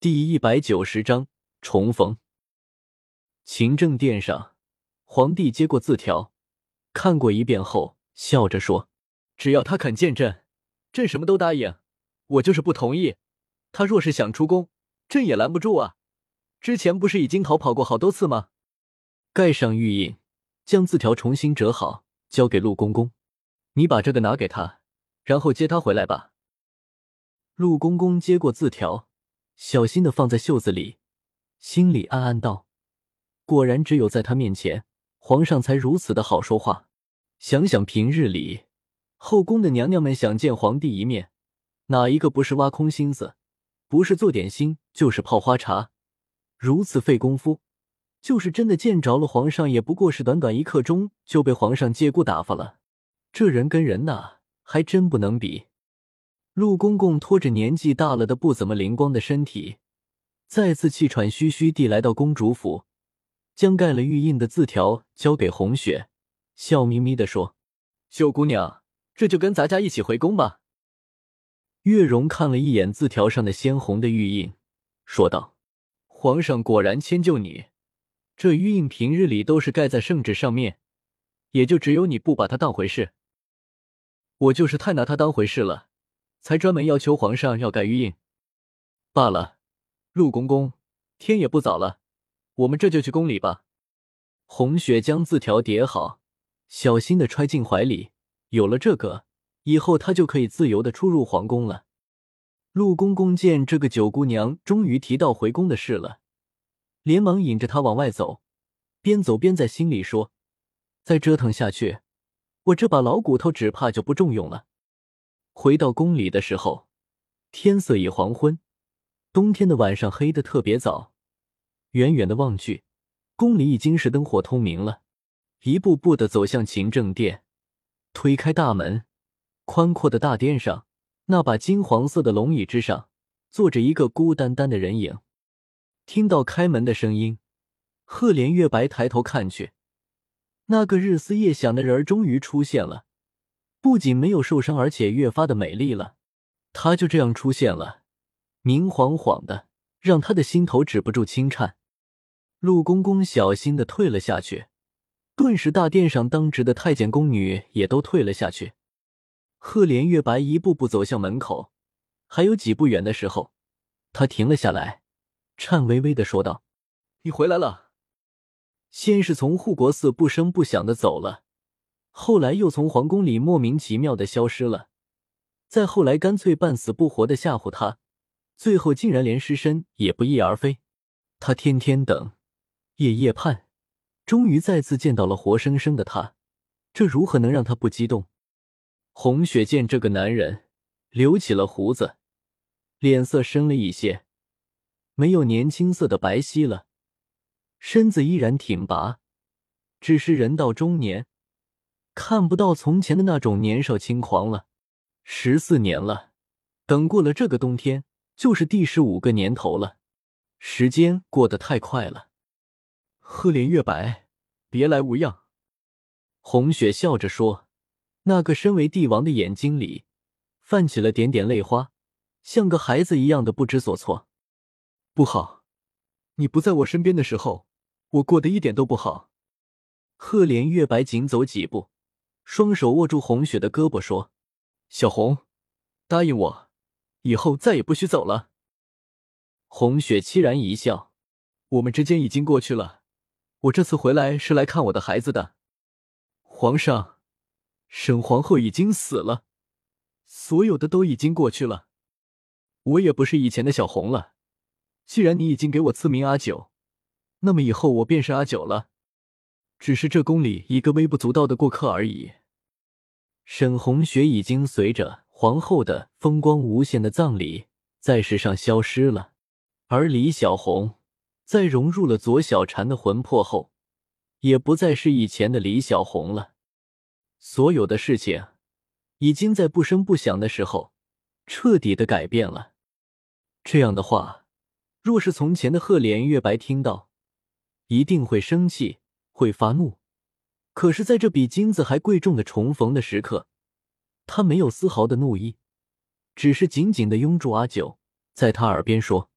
第190章重逢。勤政殿上，皇帝接过字条，看过一遍后，笑着说：“只要他肯见朕，朕什么都答应。我就是不同意，他若是想出宫，朕也拦不住啊。之前不是已经逃跑过好多次吗？”盖上玉印，将字条重新折好，交给陆公公。你把这个拿给他，然后接他回来吧。陆公公接过字条，小心地放在袖子里，心里暗暗道：果然只有在他面前，皇上才如此的好说话。想想平日里，后宫的娘娘们想见皇帝一面，哪一个不是挖空心思，不是做点心，就是泡花茶，如此费功夫，就是真的见着了皇上，也不过是短短1刻钟就被皇上借故打发了。这人跟人呐，还真不能比。陆公公拖着年纪大了的不怎么灵光的身体，再次气喘吁吁地来到公主府，将盖了玉印的字条交给红雪，笑眯眯地说：“九姑娘，这就跟咱家一起回宫吧。”月容看了一眼字条上的鲜红的玉印，说道：“皇上果然迁就你，这玉印平日里都是盖在圣旨上面，也就只有你不把它当回事。我就是太拿它当回事了，才专门要求皇上要盖玉印。罢了，陆公公，天也不早了，我们这就去宫里吧。”红雪将字条叠好，小心地揣进怀里，有了这个，以后她就可以自由地出入皇宫了。陆公公见这个九姑娘终于提到回宫的事了，连忙引着她往外走，边走边在心里说：再折腾下去，我这把老骨头只怕就不中用了。回到宫里的时候，天色已黄昏，冬天的晚上黑得特别早，远远的望去，宫里已经是灯火通明了。一步步地走向勤政殿，推开大门，宽阔的大殿上，那把金黄色的龙椅之上，坐着一个孤单单的人影。听到开门的声音，赫连月白抬头看去，那个日思夜想的人儿终于出现了，不仅没有受伤，而且越发的美丽了。她就这样出现了，明晃晃的，让他的心头止不住轻颤。陆公公小心地退了下去，顿时大殿上当值的太监宫女也都退了下去。赫连月白一步步走向门口，还有几步远的时候，他停了下来，颤巍巍地说道：“你回来了。”先是从护国寺不声不响地走了，后来又从皇宫里莫名其妙地消失了，再后来干脆半死不活地吓唬他，最后竟然连尸身也不翼而飞。他天天等，夜夜盼，终于再次见到了活生生的他，这如何能让他不激动？红雪见这个男人留起了胡子，脸色深了一些，没有年轻色的白皙了，身子依然挺拔，只是人到中年，看不到从前的那种年少轻狂了。14年了，等过了这个冬天，就是第15个年头了，时间过得太快了。赫连月白，别来无恙。红雪笑着说，那个身为帝王的眼睛里泛起了点点泪花，像个孩子一样的不知所措。不好，你不在我身边的时候，我过得一点都不好。赫连月白紧走几步，双手握住红雪的胳膊说：小红，答应我，以后再也不许走了。红雪凄然一笑，我们之间已经过去了，我这次回来是来看我的孩子的。皇上，沈皇后已经死了，所有的都已经过去了，我也不是以前的小红了。既然你已经给我赐名阿九，那么以后我便是阿九了，只是这宫里一个微不足道的过客而已。沈红雪已经随着皇后的风光无限的葬礼在世上消失了，而李小红在融入了左小婵的魂魄后，也不再是以前的李小红了。所有的事情已经在不声不响的时候彻底的改变了。这样的话，若是从前的赫连月白听到，一定会生气，会发怒。可是在这比金子还贵重的重逢的时刻，他没有丝毫的怒意，只是紧紧地拥住阿九，在他耳边说：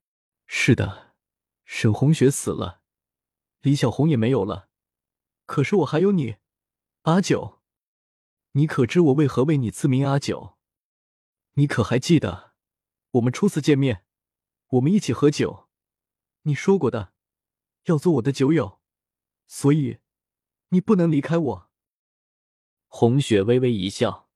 是的，沈红雪死了，李小红也没有了，可是我还有你，阿九。你可知我为何为你赐名阿九？你可还记得我们初次见面，我们一起喝酒，你说过的，要做我的酒友，所以你不能离开我。红雪微微一笑，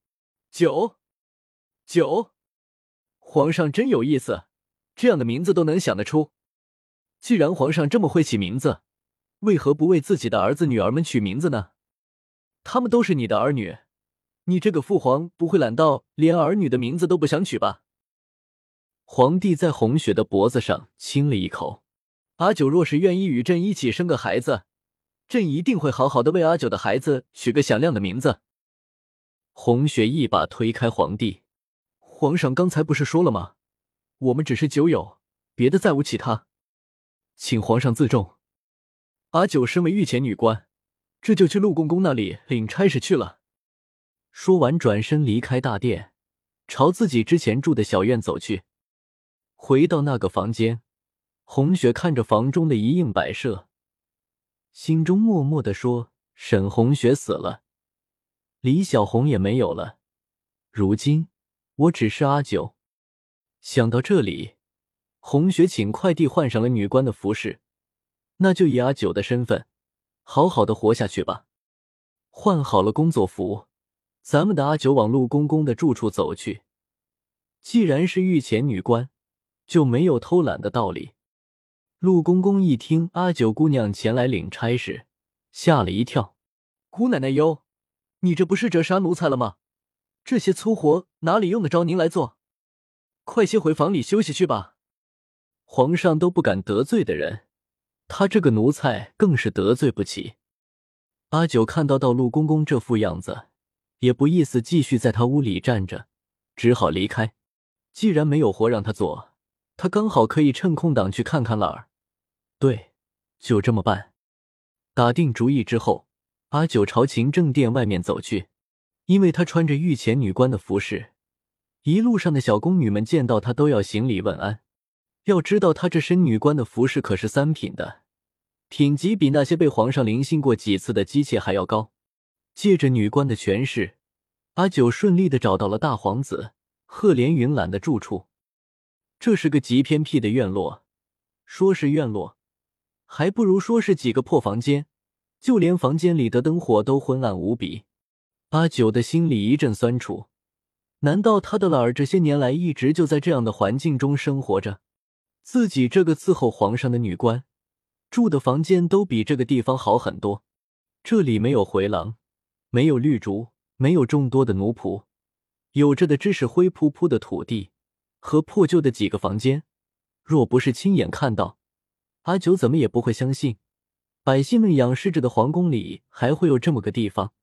酒，皇上真有意思，这样的名字都能想得出。既然皇上这么会起名字，为何不为自己的儿子女儿们取名字呢？他们都是你的儿女，你这个父皇不会懒到连儿女的名字都不想取吧？皇帝在红雪的脖子上亲了一口。阿九若是愿意与朕一起生个孩子，朕一定会好好的为阿九的孩子取个响亮的名字。红雪一把推开皇帝，皇上刚才不是说了吗？我们只是酒友，别的再无其他，请皇上自重。阿九身为御前女官，这就去陆公公那里领差事去了。说完转身离开大殿，朝自己之前住的小院走去。回到那个房间，红雪看着房中的一应摆设，心中默默地说，沈红雪死了，李小红也没有了，如今我只是阿九。想到这里，红雪请快递换上了女官的服饰，那就以阿九的身份好好的活下去吧。换好了工作服，咱们的阿九往陆公公的住处走去。既然是御前女官，就没有偷懒的道理。陆公公一听阿九姑娘前来领差事，吓了一跳。姑奶奶哟，你这不是折杀奴才了吗？这些粗活哪里用得着您来做？快些回房里休息去吧。皇上都不敢得罪的人，他这个奴才更是得罪不起。阿九看到陆公公这副样子，也不意思继续在他屋里站着，只好离开。既然没有活让他做，他刚好可以趁空档去看看老儿。对，就这么办。打定主意之后，阿九朝勤政殿外面走去。因为他穿着御前女官的服饰，一路上的小宫女们见到他都要行礼问安。要知道他这身女官的服饰可是三品的，品级比那些被皇上临幸过几次的姬妾还要高。借着女官的权势，阿九顺利地找到了大皇子赫连云览的住处。这是个极偏僻的院落，说是院落，还不如说是几个破房间，就连房间里的灯火都昏暗无比。阿九的心里一阵酸楚，难道他的老儿这些年来一直就在这样的环境中生活着？自己这个伺候皇上的女官，住的房间都比这个地方好很多。这里没有回廊，没有绿竹，没有众多的奴仆，有着的只是灰扑扑的土地和破旧的几个房间。若不是亲眼看到，阿九怎么也不会相信百姓们仰视着的皇宫里还会有这么个地方。